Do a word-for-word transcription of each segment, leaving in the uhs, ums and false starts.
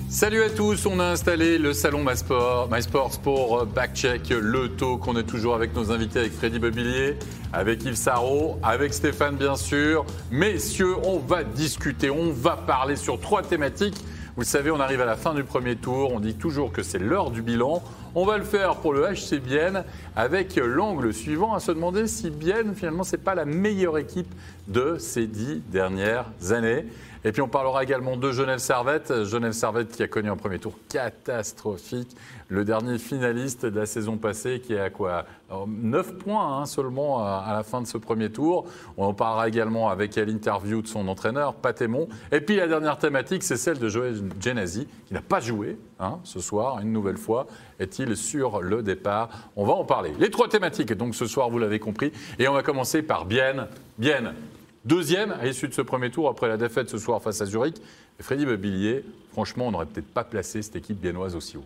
Salut à tous, on a installé le salon MySport, MySports pour Backcheck le taux, qu'on est toujours avec nos invités, avec Freddy Mobilier, avec Yves Sarrault, avec Stéphane bien sûr. Messieurs, on va discuter, on va parler sur trois thématiques. Vous le savez, on arrive à la fin du premier tour, on dit toujours que c'est l'heure du bilan. On va le faire pour le H C Bienne avec l'angle suivant, à se demander si Bienne, finalement, ce n'est pas la meilleure équipe de ces dix dernières années. Et puis on parlera également de Genève Servette. Genève Servette qui a connu un premier tour catastrophique. Le dernier finaliste de la saison passée qui est à quoi neuf points hein, seulement à la fin de ce premier tour. On en parlera également avec l'interview de son entraîneur, Pat Aymon. Et puis la dernière thématique, c'est celle de Joël Genasi, qui n'a pas joué hein, ce soir, une nouvelle fois. Est-il sur le départ? On va en parler. Les trois thématiques, donc ce soir, vous l'avez compris. Et on va commencer par Bienne. Bienne. Deuxième, à l'issue de ce premier tour, après la défaite ce soir face à Zurich, Freddy Mobilier, franchement, on n'aurait peut-être pas placé cette équipe biennoise aussi haut.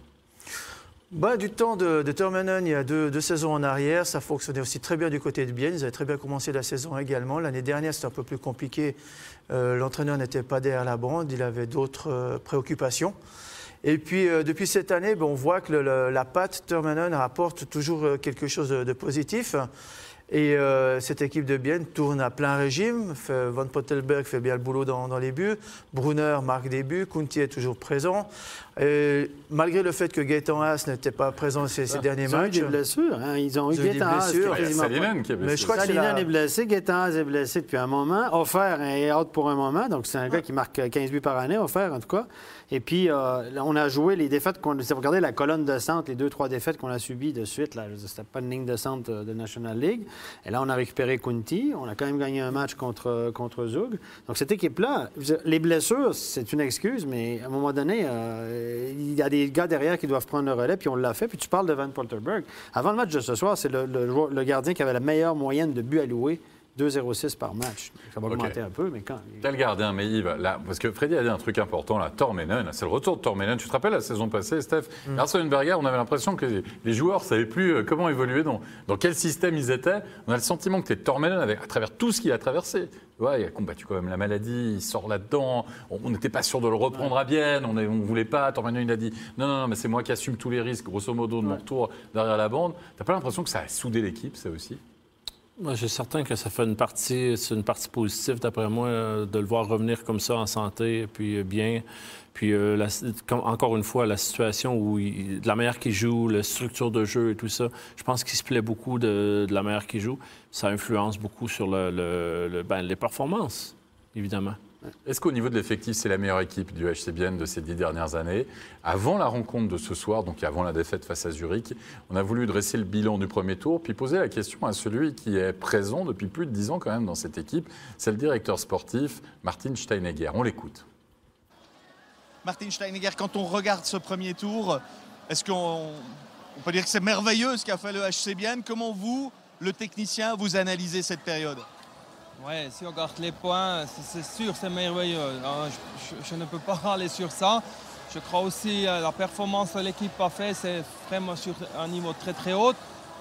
Bah, du temps de, de Termanen, il y a deux, deux saisons en arrière, ça fonctionnait aussi très bien du côté de Bienne. Ils avaient très bien commencé la saison également. L'année dernière, c'était un peu plus compliqué. Euh, l'entraîneur n'était pas derrière la bande, il avait d'autres euh, préoccupations. Et puis, euh, depuis cette année, ben, on voit que le, le, la patte Termanen rapporte toujours quelque chose de, de positif. Et euh, cette équipe de Bienne tourne à plein régime. Van Pottelberg fait bien le boulot dans, dans les buts. Brunner marque des buts. Kunti est toujours présent. Et malgré le fait que Gaëtan Haas n'était pas présent ces, ces ah, derniers ils matchs. Ils ont eu des blessures. Hein. Ils ont eu Gaëtan Haas. Il y a Salinen qui est blessé. Mais je crois que Salinen la... est blessé. Gaëtan Haas est blessé depuis un moment. Offert est out pour un moment. Donc, c'est un gars qui marque quinze buts par année, Offert en tout cas. Et puis, euh, on a joué les défaites qu'on... Si vous regardez la colonne de centre, les deux, trois défaites qu'on a subies de suite, là, c'était pas une ligne de centre de National League. Et là, on a récupéré Kunti. On a quand même gagné un match contre, contre Zug. Donc, cette équipe-là, les blessures, c'est une excuse, mais à un moment donné, euh, il y a des gars derrière qui doivent prendre le relais, puis on l'a fait. Puis tu parles de Van Pottelberg. Avant le match de ce soir, c'est le, le, le gardien qui avait la meilleure moyenne de buts alloués. deux virgule zéro six par match. Ça va augmenter okay. un peu, mais quand... Quel gardien, mais Yves, là, parce que Freddy a dit un truc important, là, Tormenen, c'est le retour de Tormenen. Tu te rappelles la saison passée, Steph, mm. Arsonenberger, on avait l'impression que les joueurs ne savaient plus comment évoluer, dans, dans quel système ils étaient. On a le sentiment que Tormenen, avec, à travers tout ce qu'il a traversé, ouais, il a combattu quand même la maladie, il sort là-dedans, on n'était pas sûr de le reprendre ouais. à Bienne, on ne voulait pas, Tormenen, il a dit, non, non, non, mais c'est moi qui assume tous les risques, grosso modo, de ouais. mon retour derrière la bande. Tu n'as pas l'impression que ça a soudé l'équipe, ça aussi? Moi, je suis certain que ça fait une partie, c'est une partie positive, d'après moi, de le voir revenir comme ça en santé, puis bien. Puis, euh, la, comme, encore une fois, la situation où, il, de la manière qu'il joue, la structure de jeu et tout ça, je pense qu'il se plaît beaucoup de, de la manière qu'il joue. Ça influence beaucoup sur le, le, le, ben, les performances, évidemment. Est-ce qu'au niveau de l'effectif, c'est la meilleure équipe du H C Bienne de ces dix dernières années? Avant la rencontre de ce soir, donc avant la défaite face à Zurich, on a voulu dresser le bilan du premier tour, puis poser la question à celui qui est présent depuis plus de dix ans quand même dans cette équipe, c'est le directeur sportif, Martin Steinegger. On l'écoute. Martin Steinegger, quand on regarde ce premier tour, est-ce qu'on on peut dire que c'est merveilleux ce qu'a fait le H C Bienne? Comment vous, le technicien, vous analysez cette période? Oui, si on regarde les points, c'est sûr, c'est merveilleux. Je, je, je ne peux pas aller sur ça. Je crois aussi que la performance que l'équipe a fait, c'est vraiment sur un niveau très très haut.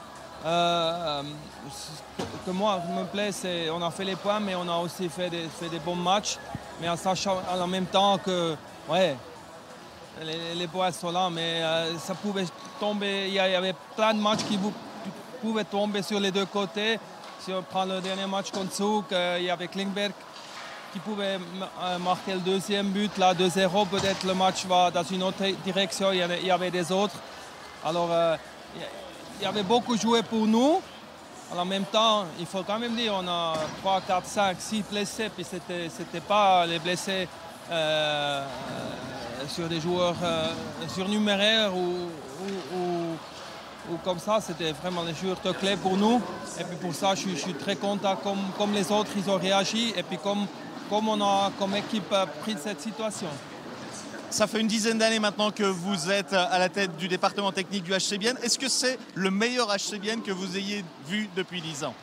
Euh, ce que moi me plaît, c'est qu'on a fait les points, mais on a aussi fait des, fait des bons matchs. Mais en sachant en même temps que, ouais, les, les points sont là, mais euh, ça pouvait tomber. Il y avait plein de matchs qui, vous, qui pouvaient tomber sur les deux côtés. Si on prend le dernier match contre Zug, euh, il y avait Klingberg qui pouvait euh, marquer le deuxième but. Là, deux zéro, peut-être le match va dans une autre direction. Il y, avait, il y avait des autres. Alors, euh, il y avait beaucoup joué pour nous. En même temps, il faut quand même dire on a trois, quatre, cinq, six blessés. Puis ce n'était pas les blessés euh, sur des joueurs euh, surnuméraires ou, ou, ou ou comme ça, c'était vraiment les joueurs de clé pour nous. Et puis pour ça, je, je suis très content comme, comme les autres, ils ont réagi. Et puis comme, comme on a comme équipe pris cette situation. Ça fait une dizaine d'années maintenant que vous êtes à la tête du département technique du H C Bienne. Est-ce que c'est le meilleur H C Bienne que vous ayez vu depuis dix ans?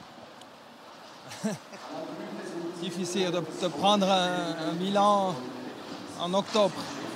Difficile de, de prendre un, un bilan en octobre.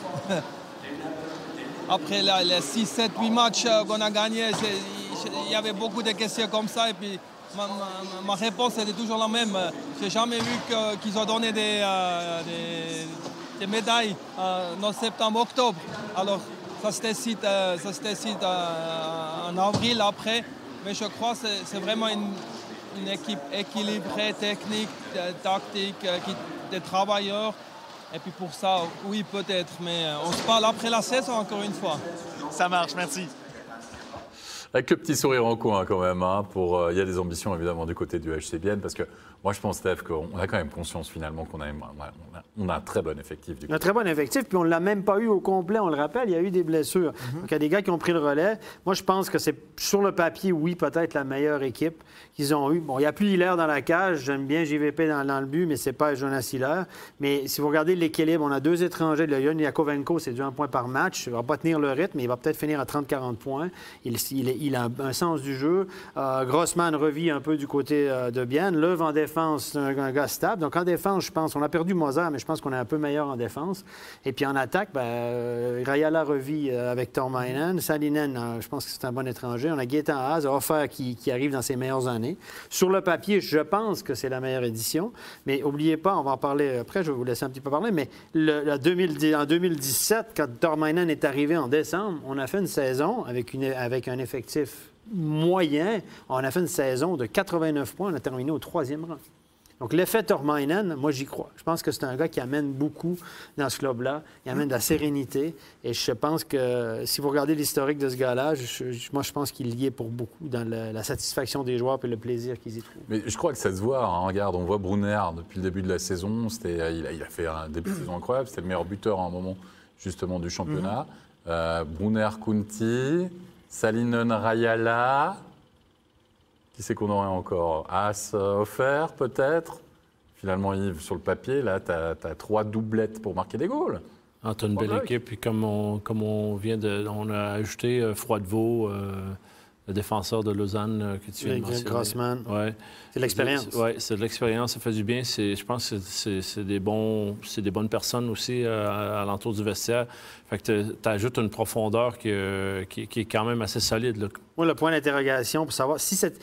Après là, les six, sept, huit matchs qu'on a gagnés, il y avait beaucoup de questions comme ça. Et puis ma, ma, ma réponse était toujours la même. Je n'ai jamais vu qu'ils ont donné des, euh, des, des médailles euh, en septembre-octobre. Alors, ça se décide, euh, ça se décide euh, en avril après. Mais je crois que c'est, c'est vraiment une, une équipe équilibrée, technique, euh, tactique, euh, qui, des travailleurs. Et puis pour ça, oui, peut-être. Mais euh, on se parle après la saison, encore une fois. Ça marche, merci. Avec le petit sourire en coin quand même, hein, pour, il euh, y a des ambitions évidemment du côté du H C Bienne, parce que moi je pense, Steph, qu'on a quand même conscience finalement qu'on a, on a, on a un très bon effectif. Du un très bon effectif, puis on ne l'a même pas eu au complet, on le rappelle, il y a eu des blessures. Mm-hmm. Donc il y a des gars qui ont pris le relais. Moi je pense que c'est sur le papier, oui, peut-être la meilleure équipe qu'ils ont eue. Bon, il n'y a plus Hilaire dans la cage, j'aime bien J V P dans, dans le but, mais c'est pas Jonas Hilaire. Mais si vous regardez l'équilibre, on a deux étrangers, le Jon Yakovenko, c'est du un point par match, il ne va pas tenir le rythme, mais il va peut-être finir à trente à quarante points. Il, il, il a un sens du jeu. Euh, Grossman revit un peu du côté euh, de Bienne. Löw en défense, c'est un, un gars stable. Donc en défense, je pense, on a perdu Moser, mais je pense qu'on est un peu meilleur en défense. Et puis en attaque, ben, euh, Rajala revit euh, avec Tormainen. Salinen, euh, je pense que c'est un bon étranger. On a Gaétan Haas, Hofer qui, qui arrive dans ses meilleures années. Sur le papier, je pense que c'est la meilleure édition. Mais n'oubliez pas, on va en parler après, je vais vous laisser un petit peu parler, mais le, la deux mille dix, en deux mille dix-sept, quand Tormainen est arrivé en décembre, on a fait une saison avec, une, avec un effectif moyen. On a fait une saison de quatre-vingt-neuf points. On a terminé au troisième rang. Donc, l'effet Tormainen, moi, j'y crois. Je pense que c'est un gars qui amène beaucoup dans ce club-là. Il amène de la sérénité. Et je pense que si vous regardez l'historique de ce gars-là, je, je, moi, je pense qu'il y est pour beaucoup dans le, la satisfaction des joueurs et le plaisir qu'ils y trouvent. Mais je crois que ça se voit. Hein. Regarde, on voit Brunner depuis le début de la saison. C'était, il, a, il a fait un début de saison incroyable. C'était le meilleur buteur à un moment, justement, du championnat. Mm-hmm. euh, Brunner, Kunti... Salinen, Rajala, qui c'est qu'on aurait encore? Haas, Hofer, peut-être. Finalement, Yves, sur le papier, là, tu as trois doublettes pour marquer des goals. Ah, tu as une belle équipe. Puis comme on, comme on vient de... On a ajouté euh, Froidevaux, euh, le défenseur de Lausanne euh, que tu viens de mentionner. Grossman. Ouais. C'est de l'expérience. Oui, c'est de l'expérience, ça fait du bien. Je pense que c'est des, bons, des bonnes personnes aussi euh, à l'entour du vestiaire. Fait que tu ajoutes une profondeur qui, euh, qui, qui est quand même assez solide. Là. Moi, le point d'interrogation pour savoir si cette...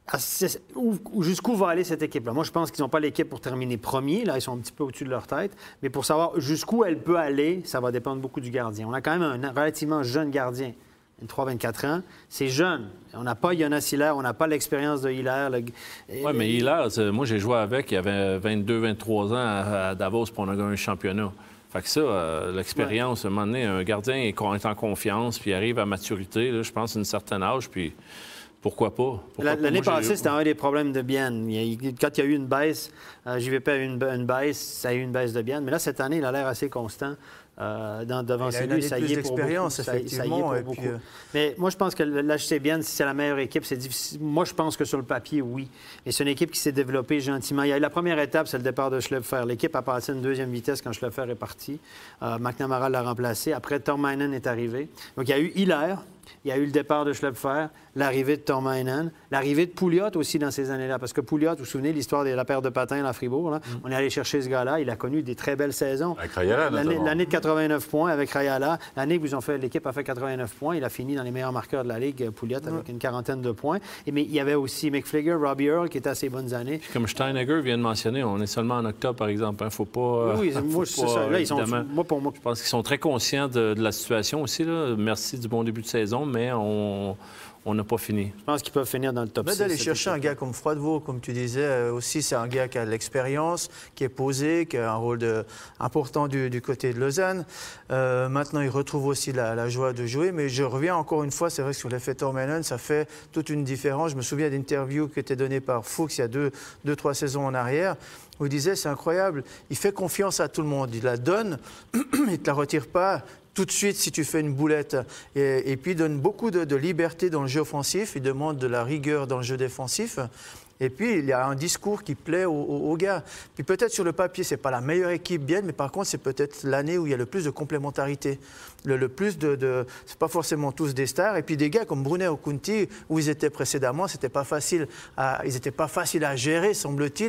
jusqu'où va aller cette équipe-là. Moi, je pense qu'ils n'ont pas l'équipe pour terminer premier. Là, ils sont un petit peu au-dessus de leur tête. Mais pour savoir jusqu'où elle peut aller, ça va dépendre beaucoup du gardien. On a quand même un relativement jeune gardien. trois vingt-quatre ans, c'est jeune. On n'a pas Jonas Hilaire, on n'a pas l'expérience de Hilaire. Le... Oui, mais Hilaire, moi, j'ai joué avec, il avait vingt-deux vingt-trois ans à Davos, puis on a gagné un championnat. Fait que ça, euh, l'expérience, ouais. À un moment donné, un gardien est en confiance, puis arrive à maturité, là, je pense, à un certain âge, puis pourquoi pas? L'année passée, c'était un des problèmes de Bienne. Quand il y a eu une baisse, euh, J V P a eu une, une baisse, ça a eu une baisse de Bienne. Mais là, cette année, il a l'air assez constant. Euh, dans, devant ses buts, ça y est pour beaucoup. Ça, ça y est pour beaucoup. Puis, euh... Mais moi, je pense que l'H C Bienne, si c'est la meilleure équipe, c'est difficile. Moi, je pense que sur le papier, oui. Mais c'est une équipe qui s'est développée gentiment. Il y a eu la première étape, c'est le départ de Schlöpfer. L'équipe a passé une deuxième vitesse quand Schlöpfer est parti. Euh, McNamara l'a remplacé. Après, Tormainen est arrivé. Donc, il y a eu Hilaire. Il y a eu le départ de Schlöpfer, l'arrivée de Tormainen, l'arrivée de Pouliot aussi dans ces années-là. Parce que Pouliot, vous vous souvenez, l'histoire de la paire de patins à Fribourg, là, mm. on est allé chercher ce gars-là. Il a connu des très belles saisons. Avec Rajala, notamment. L'année de quatre-vingt-neuf points avec Rajala. L'année où ils ont fait, l'équipe a fait quatre-vingt-neuf points. Il a fini dans les meilleurs marqueurs de la Ligue, Pouliot, mm. avec une quarantaine de points. Et, mais il y avait aussi McFligger, Robbie Earl, qui était à ses bonnes années. Puis comme Steinegger vient de mentionner, on est seulement en octobre, par exemple. Il hein, ne faut pas... Oui, oui moi, c'est ça. Là, ils sont, moi, pour moi... Je pense qu'ils sont très conscients de, de la situation aussi. Là. Merci du bon début de saison, mais on... on n'a pas fini. Je pense qu'ils peuvent finir dans le top six. D'aller chercher un gars comme Froidevaux, comme tu disais, euh, aussi, c'est un gars qui a de l'expérience, qui est posé, qui a un rôle de, important du, du côté de Lausanne. Euh, maintenant, il retrouve aussi la, la joie de jouer. Mais je reviens encore une fois, c'est vrai que sur l'effet Tormainen, ça fait toute une différence. Je me souviens d'interviews qui étaient données par Fuchs il y a deux, deux, trois saisons en arrière, où il disait, c'est incroyable, il fait confiance à tout le monde. Il la donne, il ne te la retire pas tout de suite si tu fais une boulette. Et, et puis, il donne beaucoup de, de liberté dans le jeu offensif. Il demande de la rigueur dans le jeu défensif. Et puis, il y a un discours qui plaît aux, aux, aux gars. Puis peut-être sur le papier, ce n'est pas la meilleure équipe bien, mais par contre, c'est peut-être l'année où il y a le plus de complémentarité. Le, le plus de... de ce n'est pas forcément tous des stars. Et puis des gars comme Brunner ou Kunti, où ils étaient précédemment, c'était pas facile à, ils n'étaient pas faciles à gérer, semble-t-il.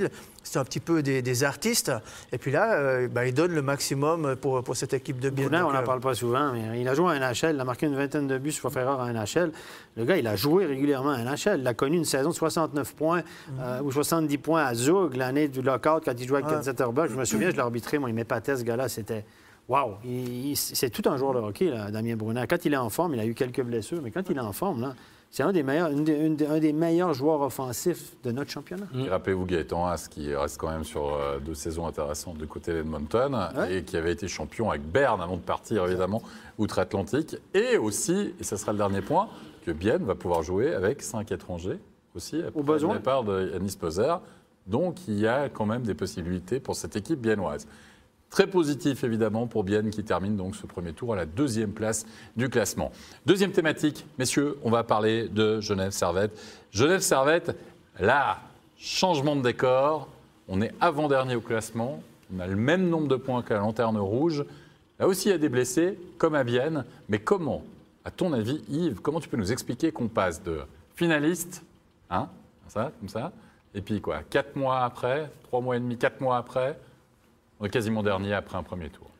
c'est un petit peu des, des artistes. Et puis là, euh, ben, il donne le maximum pour, pour cette équipe de Bienne. Boudin, on n'en euh... parle pas souvent, mais il a joué à N H L, il a marqué une vingtaine de buts sur Ferrari à N H L. Le gars, il a joué régulièrement à N H L. Il a connu une saison de soixante-neuf points mm-hmm. euh, ou soixante-dix points à Zug, l'année du lockout, quand il jouait avec ah. Zetterberg. Je me souviens, je l'ai arbitré, moi, il m'épatait ce gars-là. C'était... Wow! Il, il, c'est tout un joueur de hockey, là, Damien Brunel. Quand il est en forme, il a eu quelques blessures, mais quand il est en forme, là, c'est un des meilleurs, une une de, un des meilleurs joueurs offensifs de notre championnat. Mmh. Rappelez-vous Gaëtan Haas, qui reste quand même sur euh, deux saisons intéressantes du côté d'Edmonton, ouais. et qui avait été champion avec Berne avant de partir, évidemment, outre-Atlantique. Et aussi, et ce sera le dernier point, que Bienne va pouvoir jouer avec cinq étrangers aussi, après Au besoin. le départ de Yannis Poser. Donc, il y a quand même des possibilités pour cette équipe biennoise. Très positif, évidemment, pour Bienne qui termine donc ce premier tour à la deuxième place du classement. Deuxième thématique, messieurs, on va parler de Genève Servette. Genève Servette, là, changement de décor. On est avant-dernier au classement. On a le même nombre de points qu'à la Lanterne Rouge. Là aussi, il y a des blessés, comme à Bienne. Mais comment, à ton avis, Yves, comment tu peux nous expliquer qu'on passe de finaliste, hein, ça, comme ça, et puis quoi, quatre mois après, trois mois et demi, quatre mois après, on est quasiment dernier après un premier tour.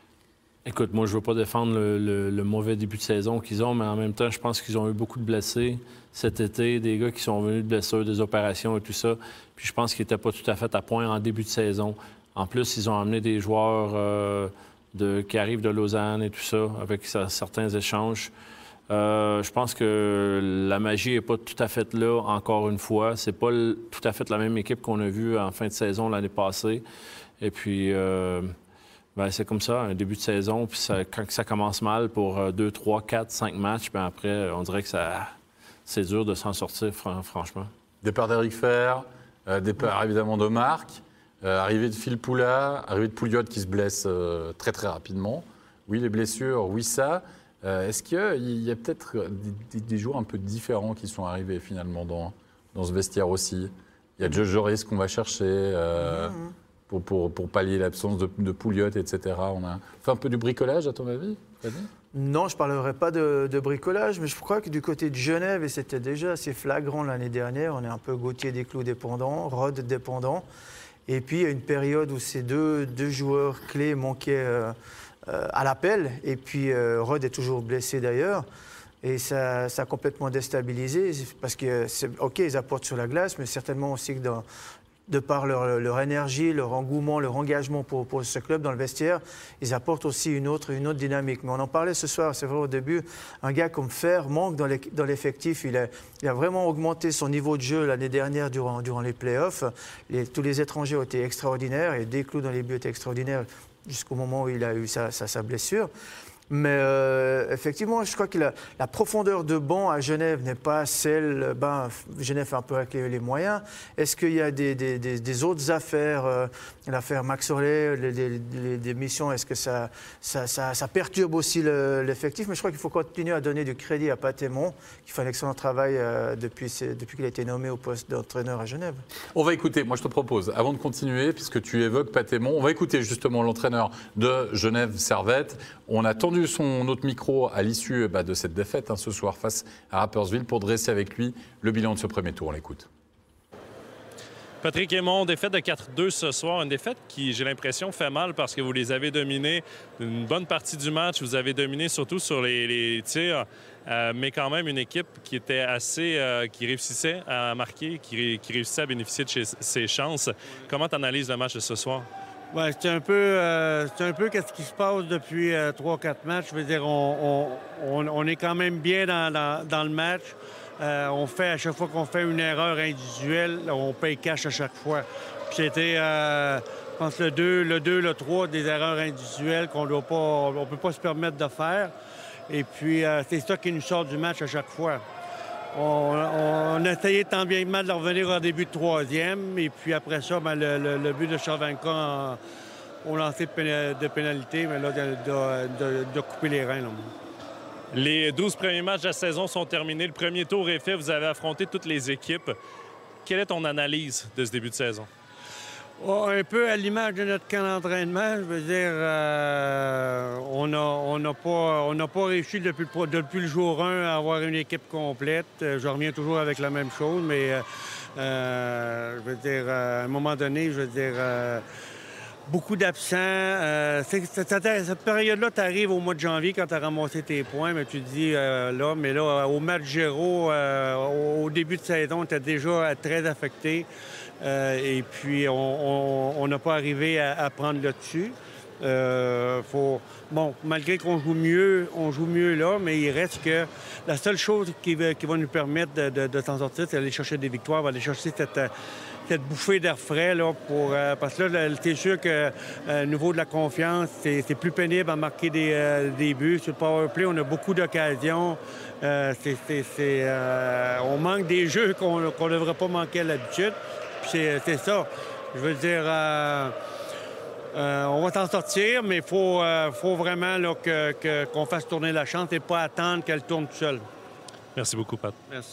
Écoute, moi, je ne veux pas défendre le, le, le mauvais début de saison qu'ils ont, mais en même temps, je pense qu'ils ont eu beaucoup de blessés cet été, des gars qui sont venus de blessures, des opérations et tout ça. Puis je pense qu'ils n'étaient pas tout à fait à point en début de saison. En plus, ils ont amené des joueurs euh, de, qui arrivent de Lausanne et tout ça, avec certains échanges. Euh, je pense que la magie n'est pas tout à fait là, encore une fois. C'est pas le, tout à fait la même équipe qu'on a vue en fin de saison l'année passée. Et puis, euh, ben, c'est comme ça, un début de saison. Puis ça, quand ça commence mal pour deux, trois, quatre, cinq matchs, ben après, on dirait que ça, c'est dur de s'en sortir, fr- franchement. Départ d'Éric Fer, euh, départ évidemment de Marc, euh, arrivée de Phil Poula, arrivée de Pouliot qui se blesse euh, très très rapidement. Oui, les blessures, oui ça. Euh, est-ce qu'il y a peut-être des, des, des joueurs un peu différents qui sont arrivés finalement dans, dans ce vestiaire aussi? Il y a Joe Joris qu'on va chercher. Euh, mmh. Pour, pour, pour pallier l'absence de, de Pouliot, et cetera. On a fait un peu du bricolage, à ton avis, Freddy? Non, je ne parlerai pas de, de bricolage, mais je crois que du côté de Genève, et c'était déjà assez flagrant l'année dernière, on est un peu Gauthier Desclous dépendant, Rod dépendant. Et puis, il y a une période où ces deux, deux joueurs clés manquaient euh, euh, à l'appel. Et puis, euh, Rod est toujours blessé d'ailleurs. Et ça, ça a complètement déstabilisé, parce que, c'est, OK, ils apportent sur la glace, mais certainement aussi que dans... de par leur, leur énergie, leur engouement, leur engagement pour, pour ce club dans le vestiaire, ils apportent aussi une autre, une autre dynamique. Mais on en parlait ce soir, c'est vrai au début, un gars comme Fer manque dans, les, dans l'effectif. Il a, il a vraiment augmenté son niveau de jeu l'année dernière durant, durant les playoffs. Les, tous les étrangers ont été extraordinaires et Desclous dans les buts étaient extraordinaires jusqu'au moment où il a eu sa, sa, sa blessure. Mais euh, effectivement, je crois que la, la profondeur de banc à Genève n'est pas celle... Ben, Genève fait un peu avec les, les moyens. Est-ce qu'il y a des, des, des, des autres affaires, euh, l'affaire Max Orlé, les, les, les, les missions, est-ce que ça, ça, ça, ça perturbe aussi le, l'effectif? Mais je crois qu'il faut continuer à donner du crédit à Patémon, qui fait un excellent travail euh, depuis, depuis qu'il a été nommé au poste d'entraîneur à Genève. On va écouter, moi je te propose, avant de continuer, puisque tu évoques Patémon, on va écouter justement l'entraîneur de Genève Servette. On a tendu son autre micro à l'issue bah, de cette défaite hein, ce soir face à Rapperswil pour dresser avec lui le bilan de ce premier tour. On l'écoute. Patrick Aymon, défaite de quatre deux ce soir. Une défaite qui, j'ai l'impression, fait mal parce que vous les avez dominés une bonne partie du match. Vous avez dominé surtout sur les, les tirs, euh, mais quand même une équipe qui était assez... Euh, qui réussissait à marquer, qui, qui réussissait à bénéficier de ses chances. Comment tu analyses le match de ce soir? Ouais, c'est un peu, euh, c'est un peu qu'est-ce qui se passe depuis euh, trois quatre matchs. Je veux dire, on, on, on est quand même bien dans, dans, dans le match. Euh, on fait, à chaque fois qu'on fait une erreur individuelle, on paye cash à chaque fois. Puis c'était, euh, je pense, le deux, le deux, le trois, des erreurs individuelles qu'on doit pas, on peut pas se permettre de faire. Et puis, euh, c'est ça qui nous sort du match à chaque fois. On, on a essayé tant bien que mal de revenir au début de troisième. Et puis après ça, ben, le, le, le but de Cervenka, on lancé de, pénal, de pénalité, mais là, de, de, de, de couper les reins. Là. Les douze premiers matchs de la saison sont terminés. Le premier tour est fait. Vous avez affronté toutes les équipes. Quelle est ton analyse de ce début de saison? Oh, un peu à l'image de notre camp d'entraînement. Je veux dire, euh, on, a, on, on n'a pas, on n'a pas réussi depuis le, depuis le jour un à avoir une équipe complète. Je reviens toujours avec la même chose, mais euh, je veux dire, à un moment donné, je veux dire, euh, beaucoup d'absents. Euh, c'est, cette, cette période-là, tu arrives au mois de janvier quand tu as ramassé tes points, mais tu te dis, euh, là, mais là, au match zéro, euh, au, au début de saison, tu es déjà très affecté. Euh, et puis, on n'a pas arrivé à, à prendre le dessus. Euh, faut... Bon, malgré qu'on joue mieux, on joue mieux là, mais il reste que la seule chose qui va, qui va nous permettre de, de, de s'en sortir, c'est d'aller chercher des victoires, aller chercher cette, cette bouffée d'air frais, là, pour, euh, parce que là, c'est sûr que euh, au niveau de la confiance, c'est, c'est plus pénible à marquer des, euh, des buts. Sur le power play, on a beaucoup d'occasions. Euh, c'est, c'est, c'est, euh, on manque des jeux qu'on ne devrait pas manquer à l'habitude. Puis c'est, c'est ça. Je veux dire... Euh, Euh, on va s'en sortir, mais il faut, euh, faut vraiment là, que, que, qu'on fasse tourner la chance et pas attendre qu'elle tourne toute seule. Merci beaucoup, Pat. Merci.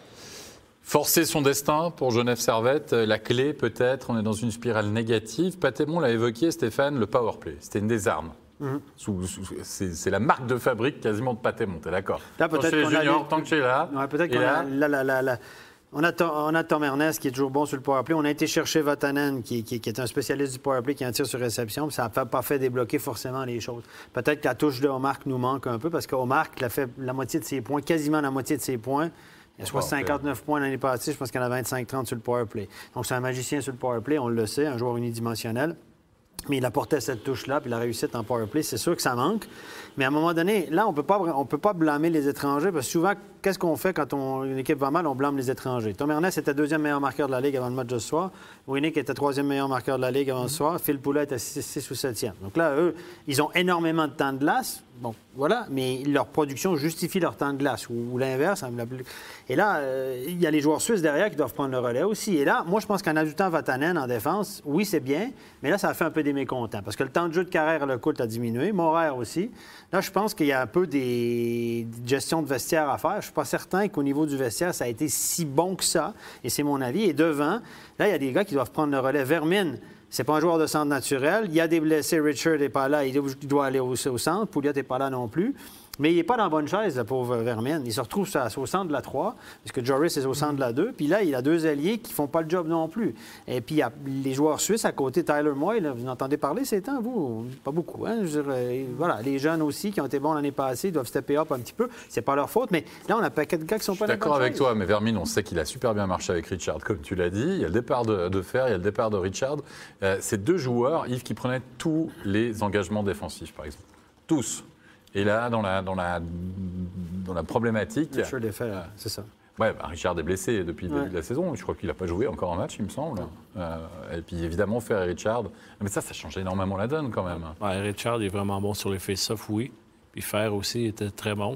Forcer son destin pour Genève Servette, la clé peut-être, on est dans une spirale négative. Pat Aymon l'a évoqué, Stéphane, le power play, c'était une des armes. Mm-hmm. Sous, sous, c'est, c'est la marque de fabrique quasiment de Pat Aymon, t'es d'accord? Là, peut-être tant que chez les juniors, les... tant que chez là. Ouais, peut-être qu'on là... a la, la, la, la... On a, Tom, on a Tom Ernest qui est toujours bon sur le powerplay. On a été chercher Vatanen qui, qui, qui est un spécialiste du powerplay qui en tire sur réception. Puis ça n'a pas fait débloquer forcément les choses. Peut-être que la touche de Omar nous manque un peu parce qu'Omar a fait la moitié de ses points, quasiment la moitié de ses points. Il a soit cinquante-neuf points l'année passée. Je pense qu'il en a vingt-cinq trente sur le powerplay. Donc c'est un magicien sur le powerplay, on le sait, un joueur unidimensionnel. Mais il apportait cette touche-là, puis la réussite en powerplay, c'est sûr que ça manque. Mais à un moment donné, là, on ne peut pas blâmer les étrangers, parce que souvent, qu'est-ce qu'on fait quand on, une équipe va mal? On blâme les étrangers. Tom Ernest était deuxième meilleur marqueur de la Ligue avant le match de ce soir. Winnick était troisième meilleur marqueur de la Ligue avant ce soir. Phil Poulet était six ou septième. Donc là, eux, ils ont énormément de temps de glace. Bon, voilà, mais leur production justifie leur temps de glace, ou, ou l'inverse. Et là, euh, il y a les joueurs suisses derrière qui doivent prendre le relais aussi. Et là, moi, je pense qu'en ajoutant Vatanen en défense, oui, c'est bien, mais là, ça a fait un peu des mécontents, parce que le temps de jeu de carrière, le coût a diminué, Morer aussi. Là, je pense qu'il y a un peu des gestions de vestiaire à faire. Je ne suis pas certain qu'au niveau du vestiaire, ça a été si bon que ça, et c'est mon avis. Et devant, là, il y a des gars qui doivent prendre le relais. Vermin, c'est pas un joueur de centre naturel. Il y a des blessés. Richard n'est pas là. Il doit aller au, au centre. Pouliot n'est pas là non plus. Mais il n'est pas dans la bonne chaise, le pauvre Vermin. Il se retrouve au centre de la trois, parce que Joris est au centre de la deux. Puis là, il a deux alliés qui ne font pas le job non plus. Et puis, il y a les joueurs suisses à côté, Tyler Moy, là, vous en entendez parler ces temps, vous? Pas beaucoup, hein? Je dirais, voilà, les jeunes aussi qui ont été bons l'année passée doivent stepper up un petit peu. C'est pas leur faute, mais là, on a un paquet de gars qui sont pas dans la bonne chaise. D'accord avec toi, mais Vermin, on sait qu'il a super bien marché avec Richard, comme tu l'as dit. Il y a le départ de, de Fer, il y a le départ de Richard. Euh, c'est deux joueurs, Yves, qui prenaient tous les engagements défensifs, par exemple. Tous. Et là, dans la, dans la, dans la problématique... Richard est fait, c'est ça. Oui, bah Richard est blessé depuis le ouais. début de la saison. Je crois qu'il n'a pas joué encore un match, il me semble. Euh, et puis évidemment, Fer et Richard. Mais ça, ça change énormément la donne quand même. Ouais, Richard est vraiment bon sur les face-off, oui. Puis Fer aussi était très bon.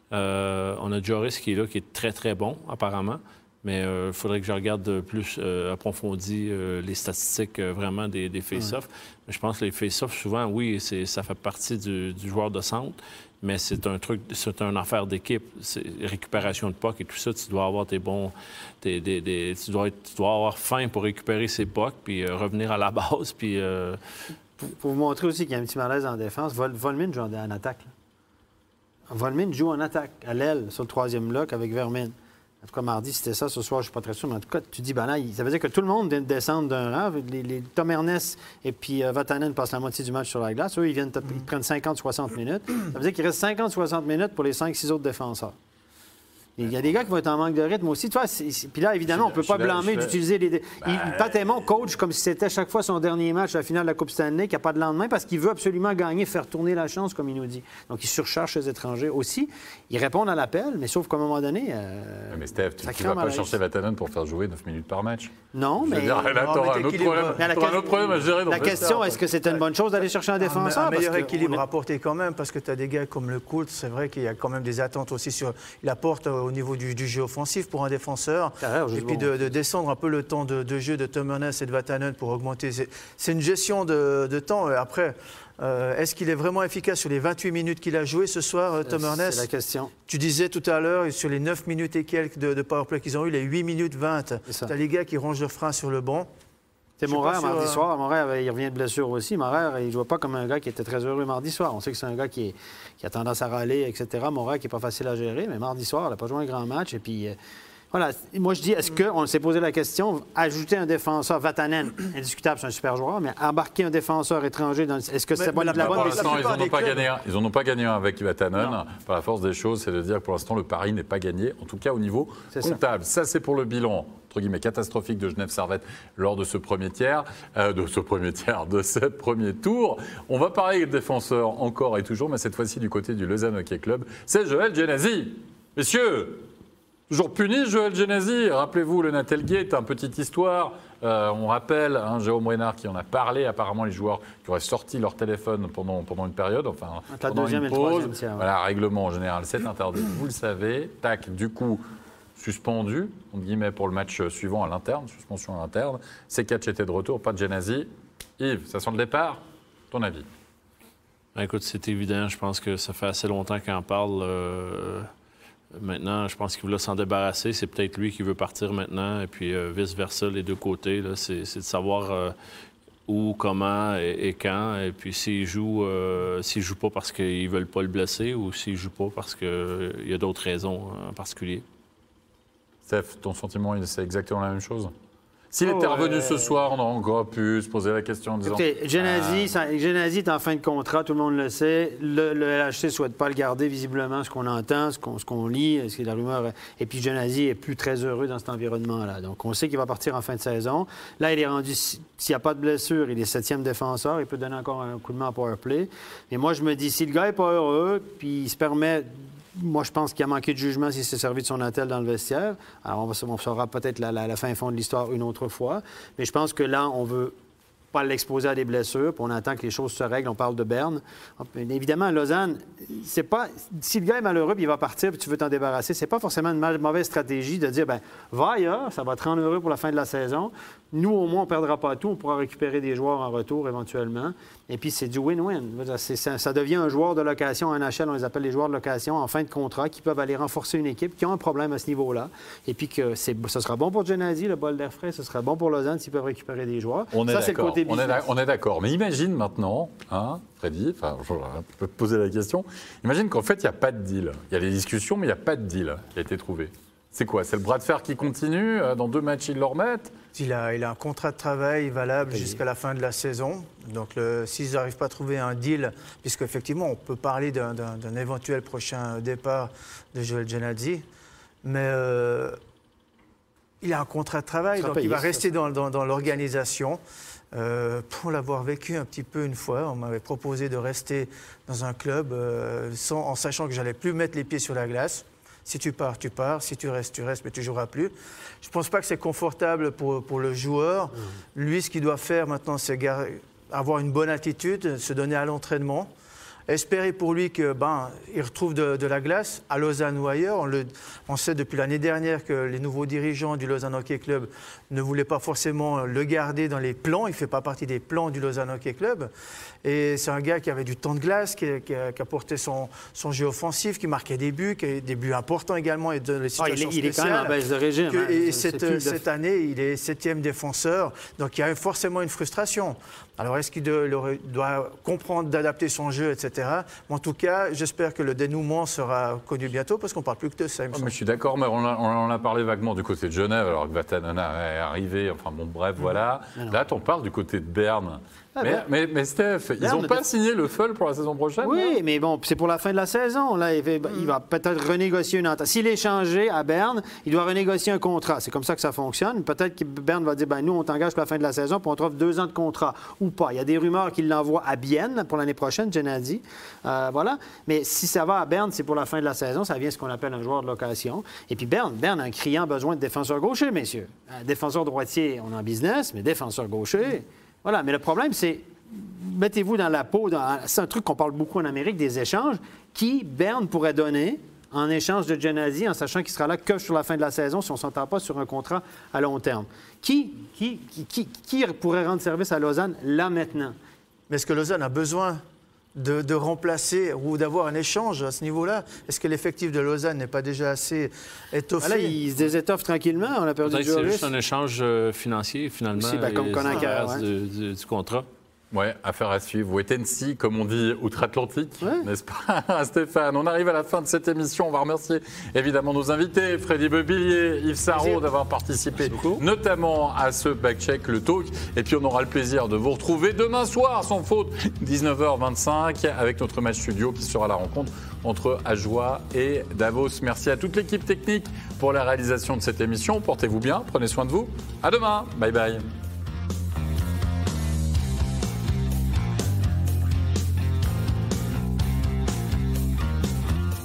Euh, on a Joris qui est là, qui est très, très bon, apparemment. Mais il euh, faudrait que je regarde plus euh, approfondi euh, les statistiques euh, vraiment des, des face-offs. Ouais. Mais je pense que les face-offs, souvent, oui, c'est, ça fait partie du, du joueur de centre, mais c'est un truc, c'est une affaire d'équipe. C'est récupération de puck et tout ça, tu dois avoir tes bons... Tes, des, des, tu, dois être, tu dois avoir faim pour récupérer ces pucks, puis euh, revenir à la base, puis... Euh... Pour, pour vous montrer aussi qu'il y a un petit malaise en défense, Vol, Volmin joue en, en attaque. Là. Volmin joue en attaque, à l'aile, sur le troisième bloc avec Vermin. En tout cas, mardi, c'était ça. Ce soir, je ne suis pas très sûr. Mais en tout cas, tu dis, ben là, ça veut dire que tout le monde vient de descendre d'un rang. Les, les Tom Ernest et puis euh, Vatanen passent la moitié du match sur la glace. Eux, ils viennent ils prennent cinquante soixante minutes. Ça veut dire qu'il reste cinquante soixante minutes pour les cinq six autres défenseurs. Il y a des gars qui vont être en manque de rythme aussi. Tu vois, puis là, évidemment, on ne peut pas blâmer d'utiliser les... Ben... Il, Pat Aymon coach comme si c'était chaque fois son dernier match à la finale de la Coupe Stanley, qu'il n'y a pas de lendemain, parce qu'il veut absolument gagner, faire tourner la chance, comme il nous dit. Donc, il surcharge les étrangers aussi. Ils répondent à l'appel, mais sauf qu'à un moment donné... Euh, mais Steph, tu ne vas pas chercher Vatanen pour faire jouer neuf minutes par match. Non, mais... Dire, là, tu auras un autre problème, la, un autre problème à gérer. La question, est-ce que c'était une bonne chose d'aller chercher un défenseur? Un meilleur équilibre apporté quand même, parce que tu as des gars comme le Coult, c'est vrai qu'il y a quand même des attentes aussi sur... Il apporte au niveau du, du jeu offensif pour un défenseur, ah, et puis de, de descendre un peu le temps de, de jeu de Tom Ernest et de Vatanen pour augmenter. C'est, c'est une gestion de, de temps. Après, euh, est-ce qu'il est vraiment efficace sur les vingt-huit minutes qu'il a joué ce soir, Tom Ernest? C'est la question. Tu disais tout à l'heure, sur les neuf minutes et quelques de, de powerplay qu'ils ont eu, les huit minutes vingt, tu as les gars qui rongent le frein sur le banc. C'est Moraire, mardi soir. Moraire, il revient de blessure aussi. Moraire, il ne jouait pas comme un gars qui était très heureux mardi soir. On sait que c'est un gars qui, est, qui a tendance à râler, et cetera. Moraire qui n'est pas facile à gérer, mais mardi soir, il n'a pas joué un grand match. Et puis, euh, voilà. Moi, je dis, est-ce qu'on s'est posé la question, ajouter un défenseur, Vatanen, indiscutable, c'est un super joueur, mais embarquer un défenseur étranger, dans... est-ce que c'est bon, la, la bonne décision? Ils n'en ont pas gagné un. Ils n'en ont pas gagné un avec Vatanen. Non. Par la force des choses, c'est de dire que pour l'instant, le pari n'est pas gagné, en tout cas au niveau comptable. Ça, ça c'est pour le bilan, entre guillemets, catastrophique de Genève Servette lors de ce premier tiers, euh, de ce premier tiers, de ce premier tour. On va parler de défenseurs encore et toujours, mais cette fois-ci du côté du Lausanne Hockey Club. C'est Joël Genasi. Messieurs, toujours puni, Joël Genasi. Rappelez-vous, le Natel-Gate, une petite histoire. Euh, on rappelle, hein, Jérôme Renard qui en a parlé, apparemment les joueurs qui auraient sorti leur téléphone pendant, pendant une période, enfin Entre pendant la une pause. Tiers, ouais. Voilà, règlement en général, c'est interdit, vous le savez. Tac, du coup, suspendu, entre guillemets, pour le match suivant à l'interne, suspension à l'interne. Ces catchs étaient de retour, pas de Genasi. Yves, ça sent le départ, ton avis? Ben, écoute, c'est évident, je pense que ça fait assez longtemps qu'il en parle. Euh... Maintenant, je pense qu'il voulait s'en débarrasser. C'est peut-être lui qui veut partir maintenant, et puis euh, vice-versa, les deux côtés. Là, c'est, c'est de savoir euh, où, comment et, et quand. Et puis s'il joue, euh, s'il joue pas parce qu'ils veulent pas le blesser, ou s'il joue pas parce qu'il euh, y a d'autres raisons en particulier. Steph, ton sentiment, c'est exactement la même chose? S'il oh, était revenu euh... ce soir, on aurait encore pu se poser la question en disant... Écoutez, Genasi, ah... Genasi est en fin de contrat, tout le monde le sait. Le, le L H C ne souhaite pas le garder, visiblement, ce qu'on entend, ce qu'on, ce qu'on lit, ce qui est la rumeur. Et puis Genasi est plus très heureux dans cet environnement-là. Donc, on sait qu'il va partir en fin de saison. Là, il est rendu, s'il n'y a pas de blessure, il est septième défenseur. Il peut donner encore un coup de main en power play. Mais moi, je me dis, si le gars n'est pas heureux, puis il se permet... Moi, je pense qu'il a manqué de jugement s'il s'est servi de son attel dans le vestiaire. Alors, on, va, on saura peut-être la, la, la fin fond de l'histoire une autre fois. Mais je pense que là, on veut pas l'exposer à des blessures, puis on attend que les choses se règlent. On parle de Berne. Évidemment, Lausanne, c'est pas... Si le gars est malheureux puis il va partir puis tu veux t'en débarrasser, c'est pas forcément une mal, mauvaise stratégie de dire, ben va ailleurs, ça va te rendre heureux pour la fin de la saison. Nous, au moins, on ne perdra pas tout. On pourra récupérer des joueurs en retour, éventuellement. Et puis, c'est du win-win. C'est, ça, ça devient un joueur de location en N H L. On les appelle les joueurs de location en fin de contrat qui peuvent aller renforcer une équipe qui a un problème à ce niveau-là. Et puis, que c'est, ce sera bon pour Genasi, le bol d'air frais. Ce sera bon pour Lausanne s'ils peuvent récupérer des joueurs. On est ça, d'accord. C'est le côté business. On est, on est d'accord. Mais imagine maintenant, hein, Freddy, enfin, je peux te poser la question. Imagine qu'en fait, il n'y a pas de deal. Il y a des discussions, mais il n'y a pas de deal qui a été trouvé. C'est quoi? C'est le bras de fer qui continue? Dans deux matchs, ils le remettent? Il a, il a un contrat de travail valable oui. jusqu'à la fin de la saison. Donc, le, s'ils n'arrivent pas à trouver un deal, puisqu'effectivement, on peut parler d'un, d'un, d'un éventuel prochain départ de Joël Genasi, mais euh, il a un contrat de travail, donc payé, il va rester dans, dans, dans l'organisation. Euh, pour l'avoir vécu un petit peu une fois, on m'avait proposé de rester dans un club euh, sans, en sachant que j'allais plus mettre les pieds sur la glace. Si tu pars, tu pars. Si tu restes, tu restes, mais tu ne joueras plus. Je ne pense pas que c'est confortable pour, pour le joueur. Mmh. Lui, ce qu'il doit faire maintenant, c'est gar- avoir une bonne attitude, se donner à l'entraînement. Espérer pour lui qu'il ben, retrouve de, de la glace à Lausanne ou ailleurs. On, le, on sait depuis l'année dernière que les nouveaux dirigeants du Lausanne Hockey Club ne voulaient pas forcément le garder dans les plans. Il ne fait pas partie des plans du Lausanne Hockey Club. Et c'est un gars qui avait du temps de glace, qui, qui, a, qui a porté son, son jeu offensif, qui marquait des buts, qui a des buts importants également et de les situations oh, il, est, il spéciales. est quand même en baisse de régime. Que, hein. Et c'est, cette, c'est cette de... année, il est septième défenseur. Donc il y a forcément une frustration. Alors est-ce qu'il de, doit comprendre d'adapter son jeu, et cetera. Mais en tout cas, j'espère que le dénouement sera connu bientôt parce qu'on ne parle plus que de ça. Oh, mais je suis d'accord, mais on, a, on en a parlé vaguement du côté de Genève, alors que Vatanen est arrivé. Enfin bon, bref, mmh. voilà. Mmh. Là, on parle du côté de Berne. Ah, mais, ben, mais, mais Steph, ils n'ont pas de... signé le F U L pour la saison prochaine? Oui, hein? Mais bon, c'est pour la fin de la saison. Là, il, va, il va peut-être renégocier une entente. S'il est changé à Berne, il doit renégocier un contrat. C'est comme ça que ça fonctionne. Peut-être que Berne va dire, ben, nous, on t'engage pour la fin de la saison, puis on t'offre deux ans de contrat ou pas. Il y a des rumeurs qu'il l'envoie à Bienne pour l'année prochaine, Genasi. Euh, voilà. Mais si ça va à Berne, c'est pour la fin de la saison. Ça vient ce qu'on appelle un joueur de location. Et puis Berne, Berne a un criant besoin de défenseur gaucher, messieurs. Un défenseur droitier, on est en business, mais défenseur gaucher. Voilà. Mais le problème, c'est mettez-vous dans la peau, dans... c'est un truc qu'on parle beaucoup en Amérique, des échanges, qui Berne pourrait donner en échange de Genasi, en sachant qu'il sera là que sur la fin de la saison si on ne s'entend pas sur un contrat à long terme. Qui, qui, qui, qui, qui pourrait rendre service à Lausanne là maintenant? Mais est-ce que Lausanne a besoin de, de remplacer ou d'avoir un échange à ce niveau-là? Est-ce que l'effectif de Lausanne n'est pas déjà assez étoffé? Ah là, il se désétoffe tranquillement. On a perdu C'est juste un échange financier, finalement. Aussi, ben, comme Conacher, ouais. du, du, du contrat. Oui, affaire à suivre. Wait and see, comme on dit outre-Atlantique, ouais. n'est-ce pas, Stéphane? On arrive à la fin de cette émission. On va remercier évidemment nos invités, Freddy Bevillier, Yves Sarrault, d'avoir participé notamment à ce back-check, le talk. Et puis on aura le plaisir de vous retrouver demain soir, sans faute, dix-neuf heures vingt-cinq, avec notre match studio qui sera la rencontre entre Ajoie et Davos. Merci à toute l'équipe technique pour la réalisation de cette émission. Portez-vous bien, prenez soin de vous. À demain. Bye bye.